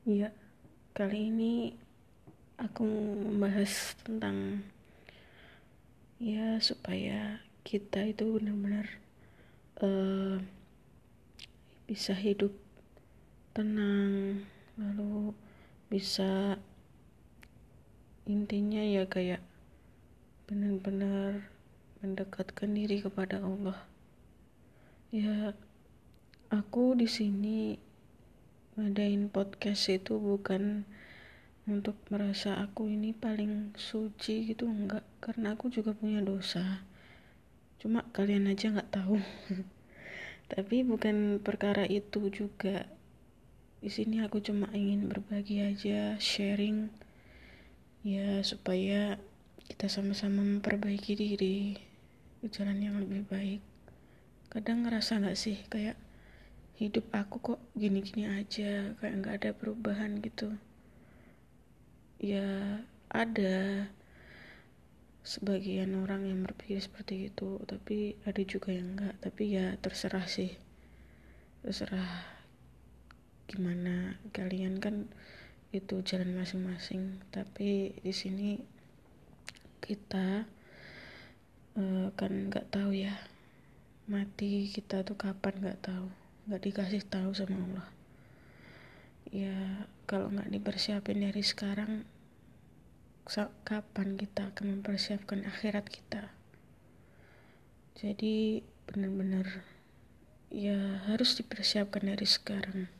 Ya, kali ini aku membahas tentang supaya kita itu benar-benar eh, bisa hidup tenang, lalu bisa intinya ya kayak benar-benar mendekatkan diri kepada Allah. Ya, aku di sini ngadain podcast itu bukan untuk merasa aku ini paling suci gitu, enggak, karena aku juga punya dosa, cuma kalian aja nggak tahu. Tapi bukan perkara itu juga. Di sini aku cuma ingin berbagi aja, sharing ya, supaya kita sama-sama memperbaiki diri ke jalan yang lebih baik. Kadang ngerasa nggak sih kayak hidup aku kok gini-gini aja, kayak nggak ada perubahan gitu. Ya, ada sebagian orang yang berpikir seperti itu, tapi ada juga yang enggak. Tapi ya terserah sih, terserah gimana kalian, kan itu jalan masing-masing. Tapi di sini kita kan nggak tahu ya, mati kita tuh kapan, nggak tahu, nggak dikasih tahu sama Allah. Ya kalau nggak dipersiapin dari sekarang, kapan kita akan mempersiapkan akhirat kita? Jadi benar-benar ya harus dipersiapkan dari sekarang.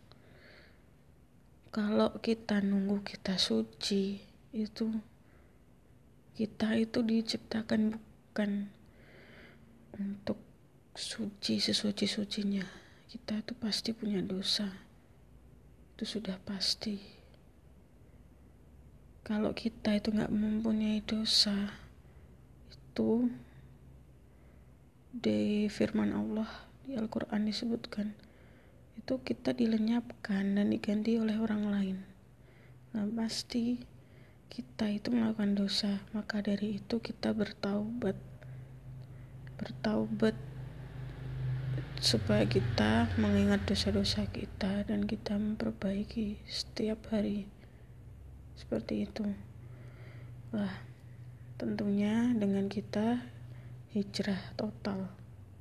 Kalau kita nunggu kita suci, itu kita itu diciptakan bukan untuk suci sesuci-sucinya. Kita itu pasti punya dosa, itu sudah pasti. Kalau kita itu gak mempunyai dosa, itu di firman Allah di Al-Quran disebutkan, itu kita dilenyapkan dan diganti oleh orang lain. Nah pasti kita itu melakukan dosa, maka dari itu kita bertaubat supaya kita mengingat dosa-dosa kita dan kita memperbaiki setiap hari, seperti itu. Wah, tentunya dengan kita hijrah total,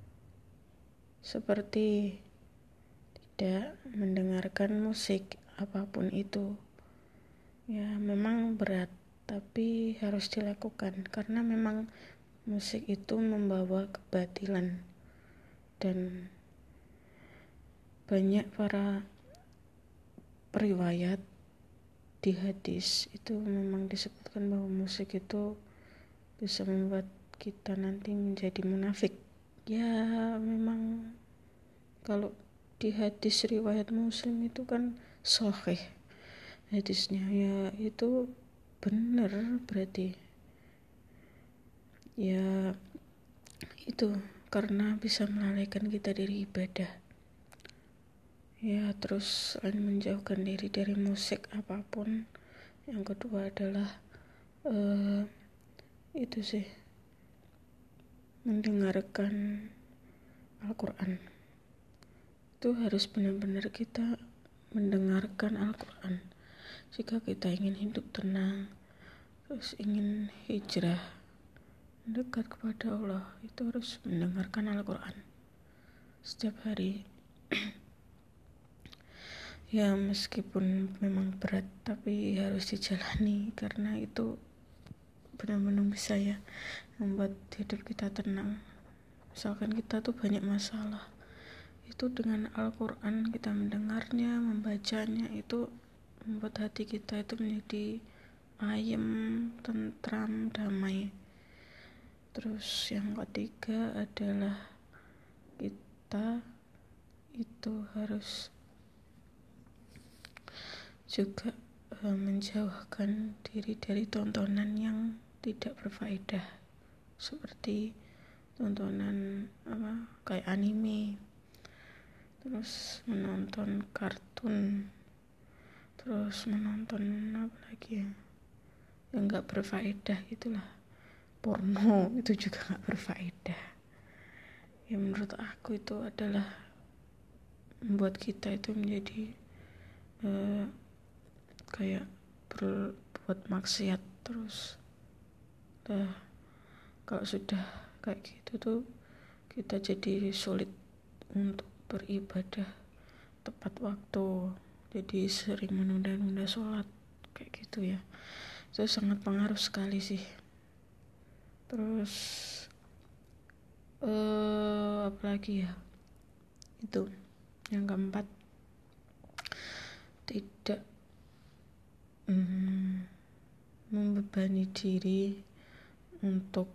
seperti tidak mendengarkan musik apapun itu. Ya memang berat, tapi harus dilakukan karena memang musik itu membawa kebatilan. Dan banyak para periwayat di hadis itu memang disebutkan bahwa musik itu bisa membuat kita nanti menjadi munafik. Ya memang kalau di hadis riwayat Muslim itu kan sahih hadisnya, ya itu benar berarti. Ya itu karena bisa melalaikan kita dari ibadah. Ya terus selain menjauhkan diri dari musik apapun, yang kedua adalah itu sih, mendengarkan Al-Quran. Itu harus benar-benar kita mendengarkan Al-Quran. Jika kita ingin hidup tenang, terus ingin hijrah dekat kepada Allah, itu harus mendengarkan Al-Quran setiap hari. Ya meskipun memang berat, tapi harus dijalani karena itu benar-benar bisa ya membuat hidup kita tenang. Misalkan kita tuh banyak masalah, itu dengan Al-Quran kita mendengarnya, membacanya, itu membuat hati kita itu menjadi ayem, tentram, damai. Terus yang ketiga adalah kita itu harus juga menjauhkan diri dari tontonan yang tidak berfaedah, seperti tontonan kayak anime, terus menonton kartun, terus menonton apa lagi ya yang nggak berfaedah gitulah, porno itu juga nggak berfaedah. Ya menurut aku itu adalah membuat kita itu menjadi kayak berbuat maksiat terus. Kalau sudah kayak gitu tuh kita jadi sulit untuk beribadah tepat waktu, jadi sering menunda-nunda sholat kayak gitu ya. Itu sangat pengaruh sekali sih. Terus apalagi ya, itu yang keempat, tidak membebani diri untuk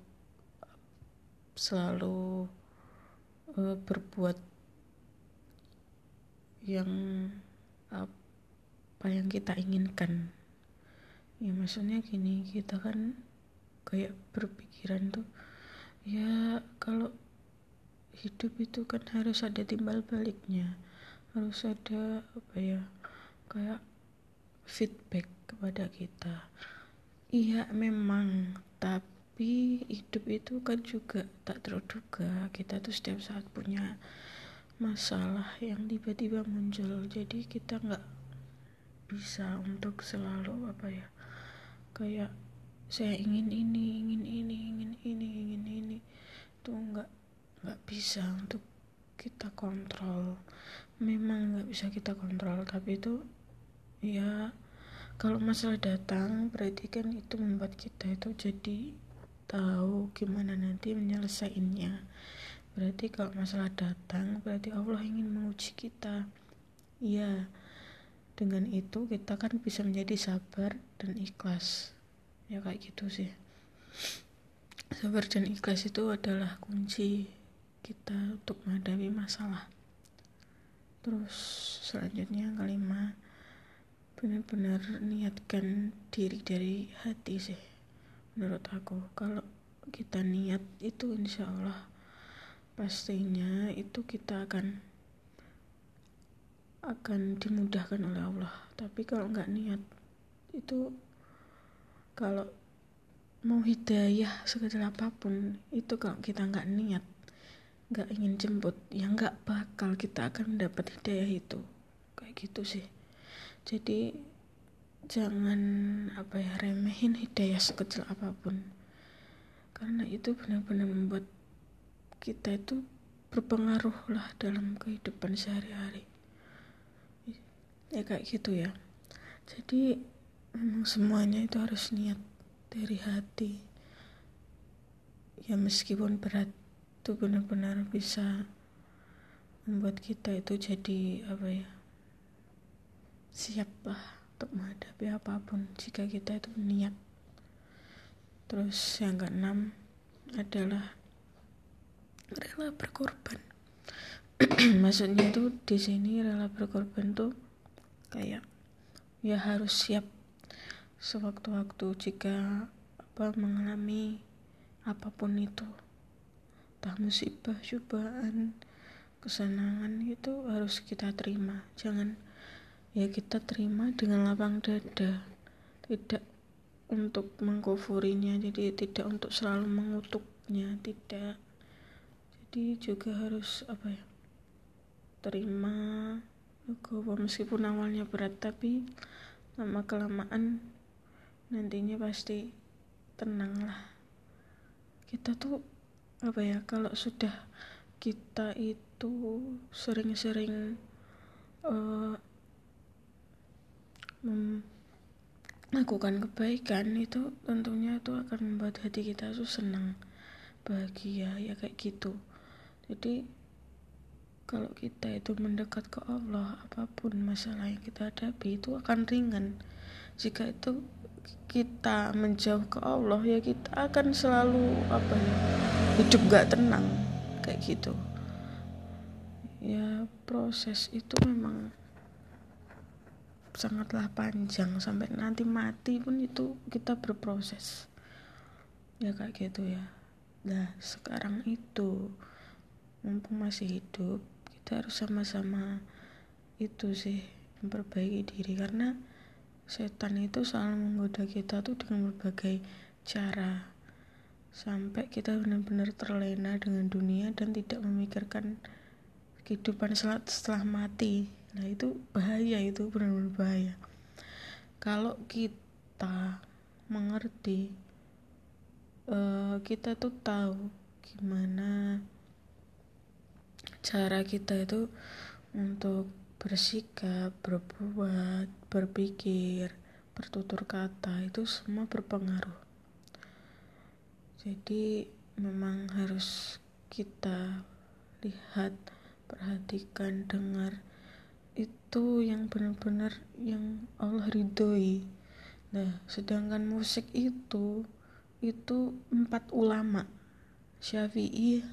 selalu berbuat yang apa yang kita inginkan. Ya maksudnya gini, kita kan kayak berpikiran tuh ya kalau hidup itu kan harus ada timbal baliknya, harus ada kayak feedback kepada kita. Iya memang, tapi hidup itu kan juga tak terduga. Kita tuh setiap saat punya masalah yang tiba-tiba muncul, jadi kita nggak bisa untuk selalu kayak saya ingin ini itu nggak bisa untuk kita kontrol. Memang nggak bisa kita kontrol, tapi itu ya kalau masalah datang berarti kan itu membuat kita itu jadi tahu gimana nanti menyelesaikannya. Berarti kalau masalah datang berarti Allah ingin menguji kita. Ya, dengan itu kita kan bisa menjadi sabar dan ikhlas. Ya kayak gitu sih. Sabar dan ikhlas itu adalah kunci kita untuk menghadapi masalah. Terus selanjutnya kelima, benar-benar niatkan diri dari hati sih. Menurut aku kalau kita niat itu insya Allah pastinya itu kita akan dimudahkan oleh Allah. Tapi kalau nggak niat itu, kalau mau hidayah sekecil apapun itu, kalau kita nggak niat, nggak ingin jemput, ya nggak bakal kita akan mendapat hidayah itu. Kayak gitu sih. Jadi jangan remehin hidayah sekecil apapun, karena itu benar-benar membuat kita itu berpengaruh lah dalam kehidupan sehari-hari. Ya kayak gitu ya. Jadi memang semuanya itu harus niat dari hati. Ya meskipun berat, itu benar-benar bisa membuat kita itu jadi siap lah untuk menghadapi apapun jika kita itu niat. Terus yang keenam adalah rela berkorban. Maksudnya itu di sini rela berkorban tuh kayak ya harus siap sewaktu-waktu jika mengalami apapun itu, entah musibah, cobaan, kesenangan, itu harus kita terima. Jangan ya kita terima dengan lapang dada, tidak untuk mengkufurinya, jadi tidak untuk selalu mengutuknya, tidak. Jadi juga harus terima legowo meskipun awalnya berat, tapi lama kelamaan nantinya pasti tenang lah. Kita tuh kalau sudah kita itu sering-sering melakukan kebaikan, itu tentunya itu akan membuat hati kita tuh senang, bahagia, ya kayak gitu. Jadi kalau kita itu mendekat ke Allah, apapun masalah yang kita hadapi itu akan ringan. Jika itu kita menjauh ke Allah, ya kita akan selalu hidup gak tenang kayak gitu. Ya proses itu memang sangatlah panjang, sampai nanti mati pun itu kita berproses. Ya kayak gitu ya. Nah sekarang itu mumpung masih hidup, kita harus sama-sama itu sih memperbaiki diri, karena setan itu selalu menggoda kita tuh dengan berbagai cara sampai kita benar-benar terlena dengan dunia dan tidak memikirkan kehidupan setelah mati. Nah itu bahaya, itu benar-benar bahaya. Kalau kita mengerti, kita tuh tahu gimana cara kita itu untuk bersikap, berbuat, berpikir, bertutur kata, itu semua berpengaruh. Jadi memang harus kita lihat, perhatikan, dengar itu yang benar-benar yang Allah ridhoi. Nah, sedangkan musik itu 4 ulama, Syafi'i,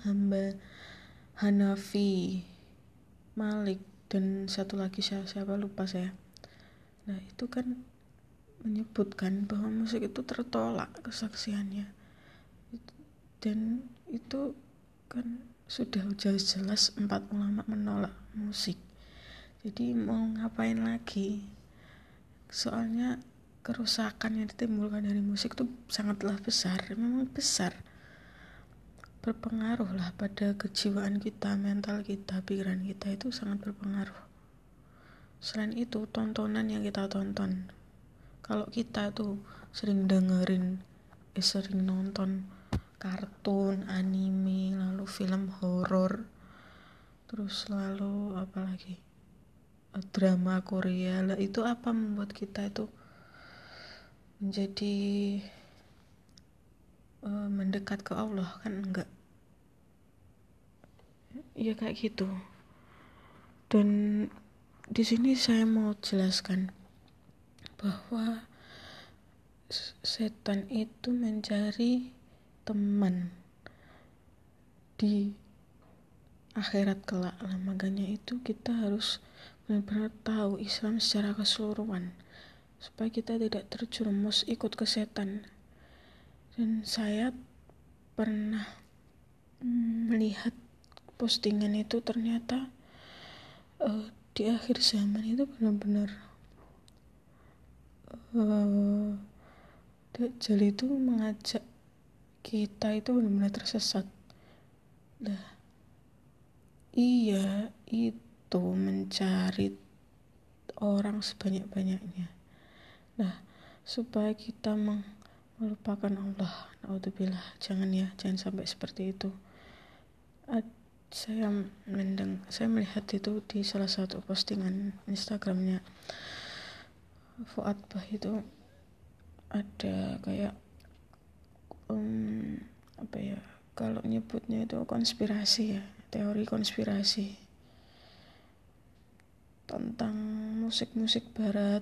Hanafi, Malik, dan satu lagi siapa lupa saya. Nah, itu kan menyebutkan bahwa musik itu tertolak kesaksiannya, dan itu kan sudah jelas 4 ulama menolak musik. Jadi mau ngapain lagi? Soalnya kerusakan yang ditimbulkan dari musik itu sangatlah besar, memang besar, berpengaruh lah pada kejiwaan kita, mental kita, pikiran kita, itu sangat berpengaruh. Selain itu, tontonan yang kita tonton, kalau kita tuh sering sering nonton kartun, anime, lalu film horor, terus lalu apalagi drama Korea lah, itu apa membuat kita itu menjadi mendekat ke Allah? Kan enggak. Ya kayak gitu. Dan di sini saya mau jelaskan bahwa setan itu mencari teman di akhirat kelak lah. Makanya itu kita harus benar-benar tahu Islam secara keseluruhan supaya kita tidak terjerumus ikut ke setan. Dan saya pernah melihat postingan itu, ternyata di akhir zaman itu benar-benar Dajjal itu mengajak kita itu benar-benar tersesat. Nah, ia itu mencari orang sebanyak-banyaknya. Nah, supaya kita melupakan Allah, naudzubillah, jangan sampai seperti itu. Saya melihat itu di salah satu postingan Instagramnya Fuad Bah, itu ada kayak kalau nyebutnya itu konspirasi ya, teori konspirasi tentang musik barat,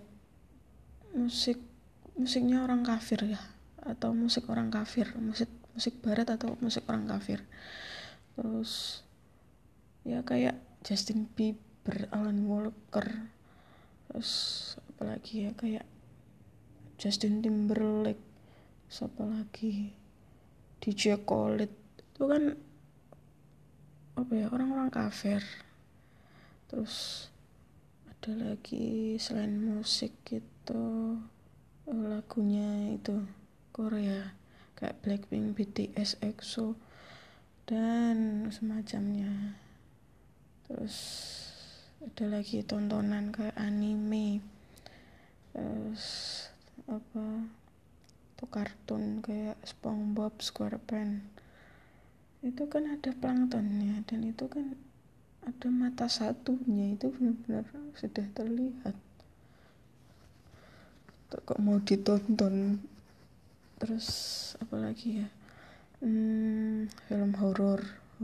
musiknya orang kafir ya, atau musik orang kafir, musik barat atau musik orang kafir. Terus ya kayak Justin Bieber, Alan Walker, terus apalagi ya kayak Justin Timberlake, siapa lagi, DJ Khaled, itu kan orang-orang kafir. Terus ada lagi selain musik itu lagunya itu Korea kayak Blackpink, BTS, EXO, dan semacamnya. Terus ada lagi tontonan kayak anime, terus tuh kartun kayak SpongeBob SquarePants, itu kan ada planktonnya, dan itu kan ada mata satunya, itu benar-benar sudah terlihat. Kok mau ditonton. Terus apalagi ya, film horor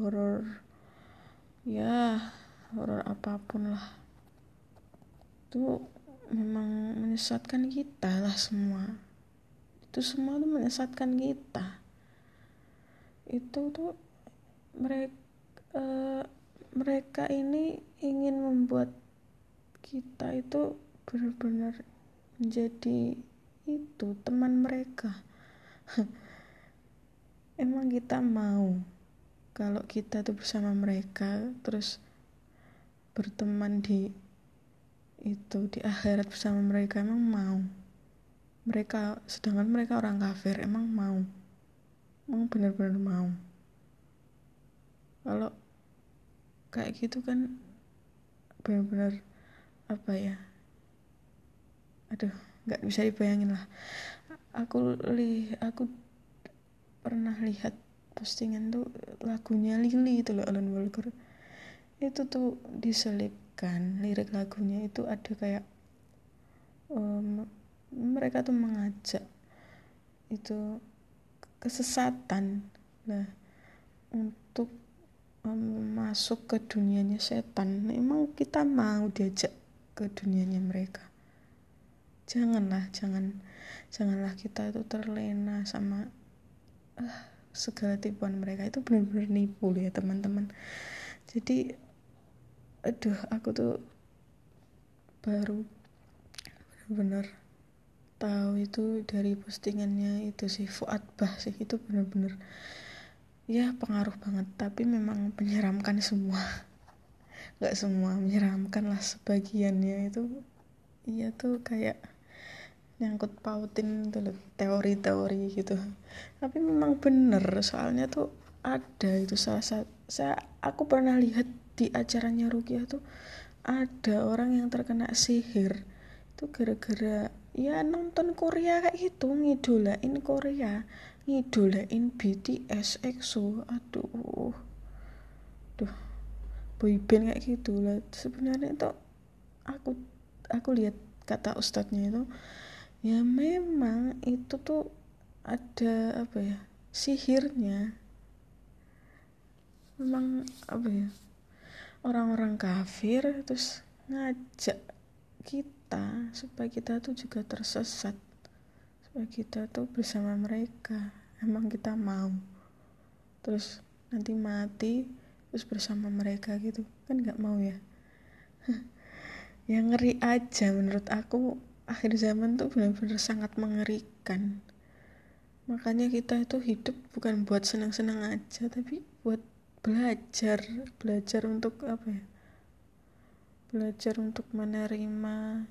ya, horor apapun lah, itu memang menyesatkan kita lah. Semua tuh menyesatkan kita. Itu tuh mereka ini ingin membuat kita itu benar-benar menjadi itu teman mereka. Emang kita mau kalau kita tuh bersama mereka, terus berteman di akhirat bersama mereka? Emang mau? Sedangkan mereka orang kafir, emang mau? Emang benar-benar mau? Kalau kayak gitu kan benar-benar nggak bisa dibayangin lah. Aku pernah lihat postingan tuh lagunya Lily itu loh, Alan Walker. Itu tuh diselipkan lirik lagunya itu ada kayak mereka tuh mengajak itu kesesatan lah untuk masuk ke dunianya setan. Emang kita mau diajak ke dunianya mereka? Janganlah kita itu terlena sama segala tipuan mereka. Itu benar-benar nipu ya teman-teman. Jadi aku tuh baru benar-benar tahu itu dari postingannya itu sih, Fuad Bah sih. Itu benar-benar ya pengaruh banget, tapi memang menyeramkan semua. Nggak semua menyeramkan lah, sebagiannya itu iya tuh kayak nyangkut pautin tuh loh, teori-teori gitu. Tapi memang bener, soalnya tuh ada itu aku pernah lihat di acaranya Rukiah tuh ada orang yang terkena sihir itu gara-gara ya nonton Korea kayak gitu, ngidolain Korea, ngidolain BTS, EXO. Aduh boyband kayak gitu lah. Sebenarnya itu aku lihat kata ustadznya itu ya memang itu tuh ada sihirnya. Memang orang-orang kafir terus ngajak kita supaya kita tuh juga tersesat, supaya kita tuh bersama mereka. Emang kita mau terus nanti mati terus bersama mereka gitu kan? Nggak mau ya. Yang ngeri aja menurut aku, akhir zaman tuh benar-benar sangat mengerikan. Makanya kita itu hidup bukan buat senang-senang aja, tapi buat belajar untuk belajar untuk menerima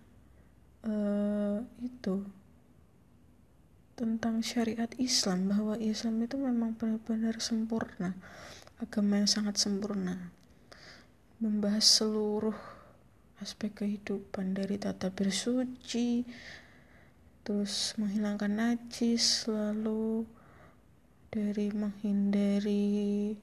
itu tentang syariat Islam, bahwa Islam itu memang benar-benar sempurna, agama yang sangat sempurna, membahas seluruh aspek kehidupan, dari tata bersuci, terus menghilangkan najis, lalu dari menghindari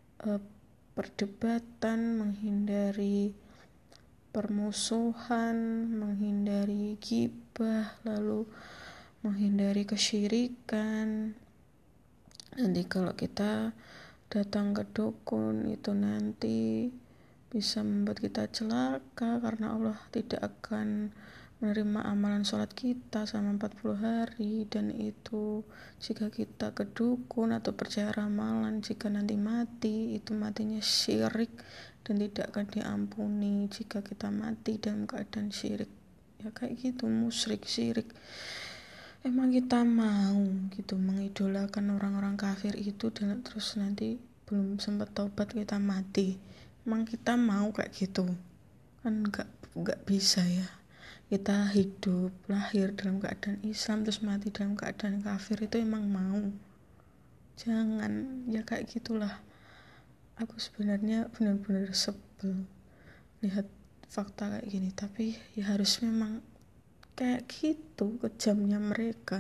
perdebatan, menghindari permusuhan, menghindari ghibah, lalu menghindari kesyirikan. Nanti kalau kita datang ke dukun itu nanti bisa membuat kita celaka, karena Allah tidak akan menerima amalan sholat kita selama 40 hari. Dan itu jika kita ke dukun atau percaya ramalan, jika nanti mati, itu matinya syirik dan tidak akan diampuni jika kita mati dalam keadaan syirik. Ya kayak gitu, musyrik, syirik. Emang kita mau gitu mengidolakan orang-orang kafir itu dan terus nanti belum sempat taubat kita mati? Emang kita mau kayak gitu? Kan nggak bisa ya. Kita hidup lahir dalam keadaan Islam terus mati dalam keadaan kafir, itu emang mau? Jangan ya, kayak gitulah. Aku sebenarnya benar-benar sebel lihat fakta kayak gini, tapi ya harus memang kayak gitu kejamnya mereka.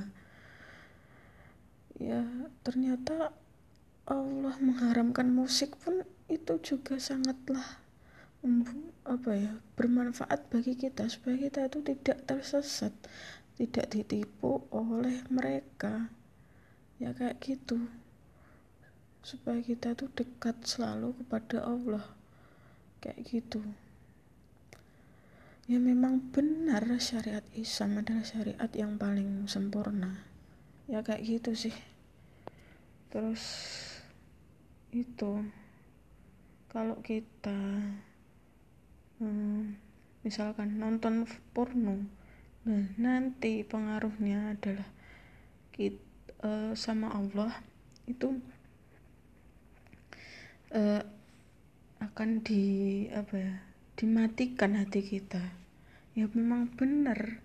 Ya ternyata Allah mengharamkan musik pun itu juga sangatlah bermanfaat bagi kita, supaya kita itu tidak tersesat, tidak ditipu oleh mereka. Ya kayak gitu, supaya kita tuh dekat selalu kepada Allah, kayak gitu. Ya memang benar syariat Islam adalah syariat yang paling sempurna. Ya kayak gitu sih. Terus itu kalau kita misalkan nonton porno, nah nanti pengaruhnya adalah kita sama Allah itu akan dimatikan hati kita. Ya memang benar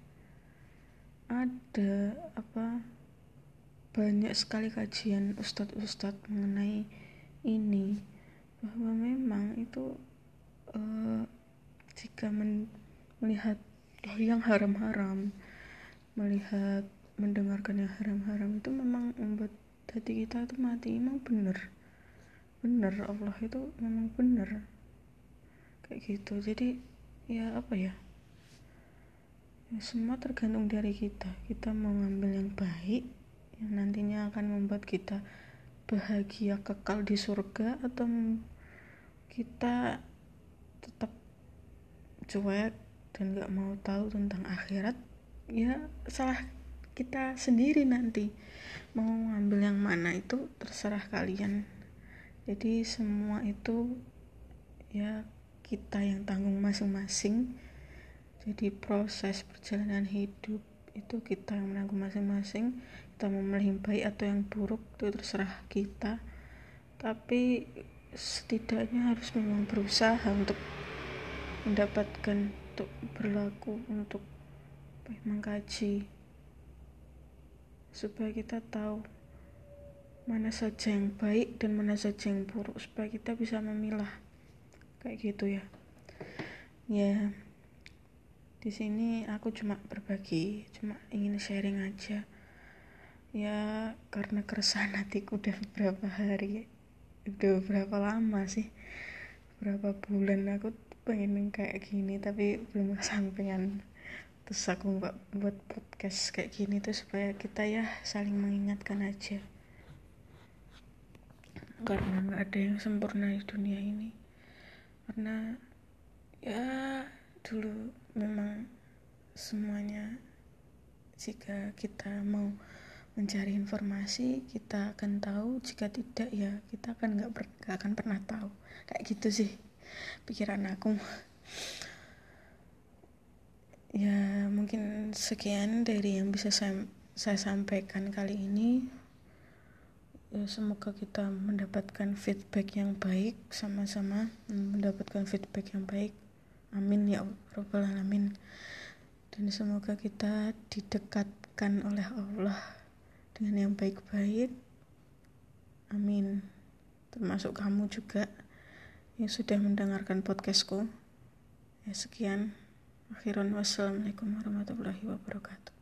ada banyak sekali kajian ustadz mengenai ini, bahwa memang itu jika melihat yang haram-haram melihat, mendengarkan yang haram-haram itu memang membuat hati kita tuh mati. Emang bener Allah itu memang bener kayak gitu. Jadi ya apa ya, semua tergantung dari kita mau ngambil yang baik yang nantinya akan membuat kita bahagia kekal di surga, atau kita tetap cuek dan gak mau tahu tentang akhirat. Ya salah kita sendiri, nanti mau ngambil yang mana itu terserah kalian. Jadi semua itu ya kita yang tanggung masing-masing. Jadi proses perjalanan hidup itu kita yang menanggung masing-masing. Kita mau memilih baik atau yang buruk itu terserah kita, tapi setidaknya harus memang berusaha untuk mendapatkan, untuk berlaku, untuk mengkaji, supaya kita tahu mana saja yang baik dan mana saja yang buruk, supaya kita bisa memilah kayak gitu ya. Ya di sini aku cuma berbagi, cuma ingin sharing aja ya, karena keresahan hatiku udah beberapa lama sih, berapa bulan aku pengen kayak gini tapi belum kesampaian. Terus aku buat podcast kayak gini tuh supaya kita ya saling mengingatkan aja, karena nggak ada yang sempurna di dunia ini. Karena ya dulu memang semuanya, jika kita mau mencari informasi kita akan tahu, jika tidak ya kita akan nggak akan pernah tahu. Kayak gitu sih pikiran aku. Ya mungkin sekian dari yang bisa saya sampaikan kali ini. Ya, semoga kita mendapatkan feedback yang baik, sama-sama mendapatkan feedback yang baik. Amin ya Rabbal Alamin. Dan semoga kita didekatkan oleh Allah dengan yang baik-baik. Amin. Termasuk kamu juga yang sudah mendengarkan podcastku. Ya sekian. Akhirun wassalamualaikum warahmatullahi wabarakatuh.